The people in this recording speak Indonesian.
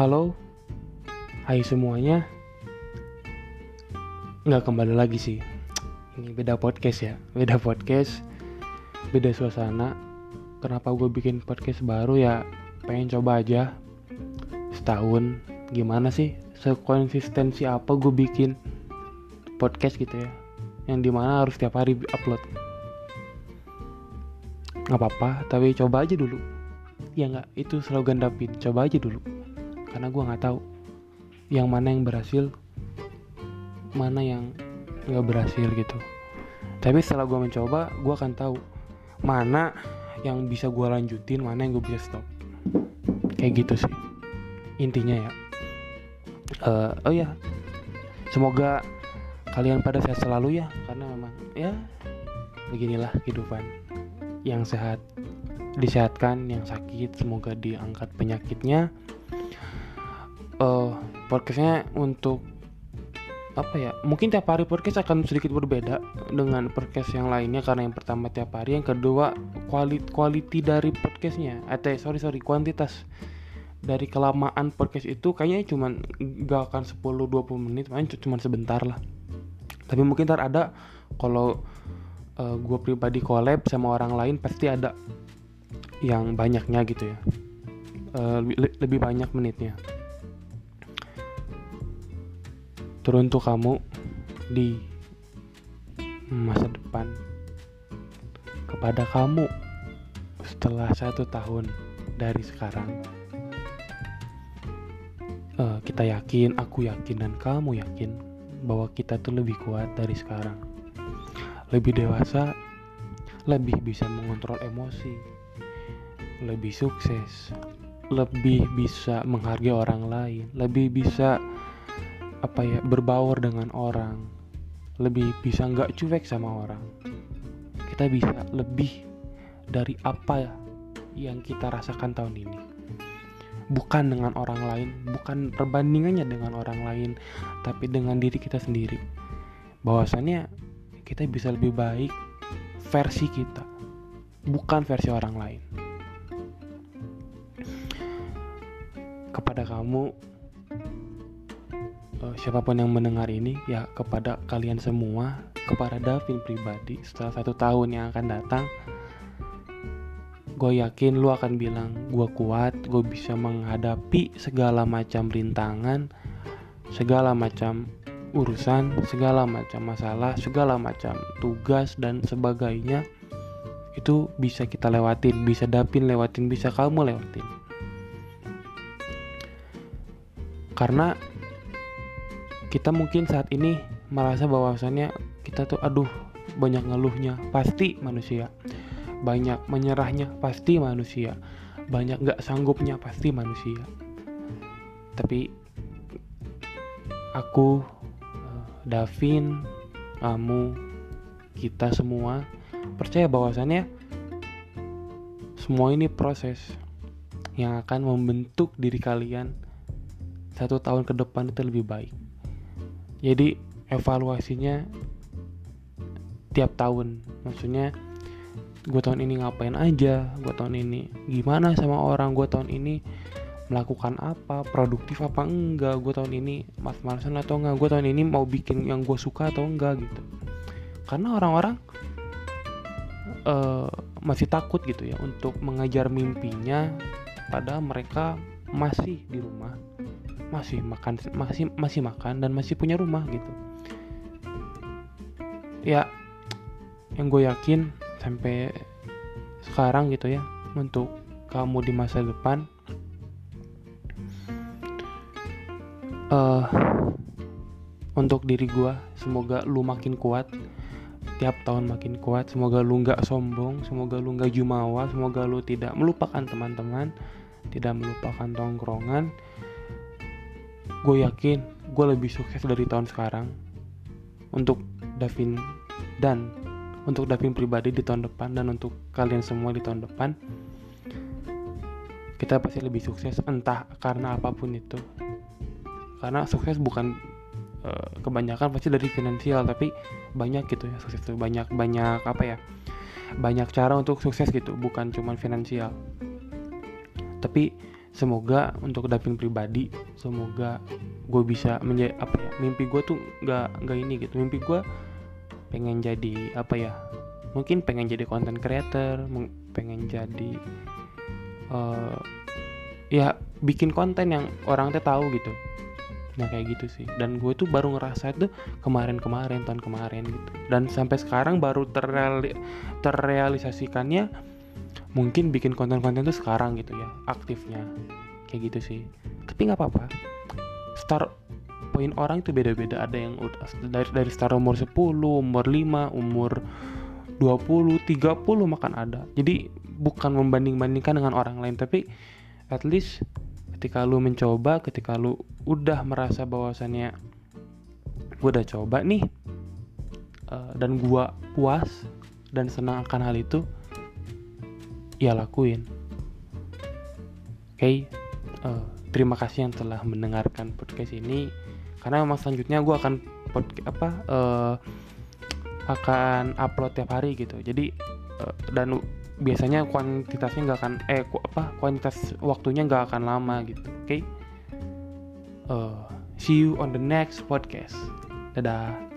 Halo, hai semuanya. Nggak kembali lagi sih. Ini beda podcast ya, beda podcast, beda suasana. Kenapa gue bikin podcast baru ya? Pengen coba aja setahun. Gimana sih? Sekonsistensi apa gue bikin podcast gitu ya? Yang dimana harus tiap hari upload. Nggak apa-apa, tapi coba aja dulu. Ya nggak, itu slogan Davin. Coba aja dulu. Karena gue nggak tahu yang mana yang berhasil, mana yang nggak berhasil gitu. Tapi setelah gue mencoba, gue akan tahu mana yang bisa gue lanjutin, mana yang gue bisa stop. Kayak gitu sih intinya ya. Oh ya, semoga kalian pada sehat selalu ya, karena memang ya beginilah kehidupan. Yang sehat disehatkan, yang sakit semoga diangkat penyakitnya. Podcastnya untuk apa ya, mungkin tiap hari podcast akan sedikit berbeda dengan podcast yang lainnya, karena yang pertama tiap hari, yang kedua quality dari podcastnya, kuantitas dari kelamaan podcast itu kayaknya cuman gak akan 10-20 menit, makanya cuman sebentar lah. Tapi mungkin ntar ada, kalau gue pribadi collab sama orang lain pasti ada yang banyaknya gitu ya, lebih banyak menitnya. Teruntuk kamu di masa depan, kepada kamu setelah 1 tahun dari sekarang, kita yakin, aku yakin, dan kamu yakin bahwa kita tuh lebih kuat dari sekarang, lebih dewasa, lebih bisa mengontrol emosi, lebih sukses, lebih bisa menghargai orang lain, lebih bisa berbaur dengan orang, lebih bisa nggak cuek sama orang. Kita bisa lebih dari apa yang kita rasakan tahun ini, bukan dengan orang lain, bukan perbandingannya dengan orang lain, tapi dengan diri kita sendiri. Bahwasannya kita bisa lebih baik versi kita, bukan versi orang lain. Kepada kamu, siapapun yang mendengar ini, ya kepada kalian semua, kepada Davin pribadi, setelah 1 tahun yang akan datang, gue yakin lu akan bilang, gue kuat, gue bisa menghadapi segala macam rintangan, segala macam urusan, segala macam masalah, segala macam tugas dan sebagainya. Itu bisa kita lewatin, bisa Davin lewatin, bisa kamu lewatin. Karena kita mungkin saat ini merasa bahwasannya kita tuh banyak ngeluhnya, pasti manusia. Banyak menyerahnya, pasti manusia. Banyak gak sanggupnya, pasti manusia. Tapi aku, Davin, kamu, kita semua percaya bahwasannya semua ini proses yang akan membentuk diri kalian 1 tahun ke depan itu lebih baik. Jadi evaluasinya tiap tahun. Maksudnya gue tahun ini ngapain aja, gue tahun ini gimana sama orang, gue tahun ini melakukan apa, produktif apa enggak, gue tahun ini malas-malasan atau enggak, gue tahun ini mau bikin yang gue suka atau enggak gitu. Karena orang-orang masih takut gitu ya untuk mengejar mimpinya, padahal mereka masih di rumah, masih makan dan masih punya rumah gitu. Ya, yang gue yakin sampai sekarang gitu ya, untuk kamu di masa depan, untuk diri gue, semoga lu makin kuat, tiap tahun makin kuat. Semoga lu gak sombong, semoga lu gak jumawa, semoga lu tidak melupakan teman-teman, tidak melupakan tongkrongan. Gue yakin gue lebih sukses dari tahun sekarang untuk Davin, dan untuk Davin pribadi di tahun depan, dan untuk kalian semua di tahun depan. Kita pasti lebih sukses, entah karena apapun itu. Karena sukses bukan kebanyakan pasti dari finansial, tapi banyak gitu ya sukses itu, banyak banyak cara untuk sukses gitu, bukan cuma finansial. Tapi semoga untuk Davin pribadi, semoga gue bisa menjadi mimpi gue tuh nggak ini gitu. Mimpi gue pengen jadi mungkin pengen jadi content creator, pengen jadi bikin konten yang orang tuh tahu gitu. Nah kayak gitu sih. Dan gue tuh baru ngerasa itu tahun kemarin gitu. Dan sampai sekarang baru terrealisasikannya mungkin bikin konten-konten tuh sekarang gitu ya, aktifnya. Kayak gitu sih. Tapi nggak apa-apa. Start poin orang itu beda-beda. Ada yang dari start umur 10, umur 5, umur 20, 30 makan ada. Jadi bukan membanding-bandingkan dengan orang lain, tapi at least ketika lu mencoba, ketika lu udah merasa bahwasannya gue udah coba nih dan gue puas dan senang akan hal itu, ya lakuin. Oke. Terima kasih yang telah mendengarkan podcast ini, karena memang selanjutnya gue akan akan upload tiap hari gitu. Jadi dan biasanya kuantitasnya nggak akan kuantitas waktunya nggak akan lama gitu. Oke. See you on the next podcast. Dadah.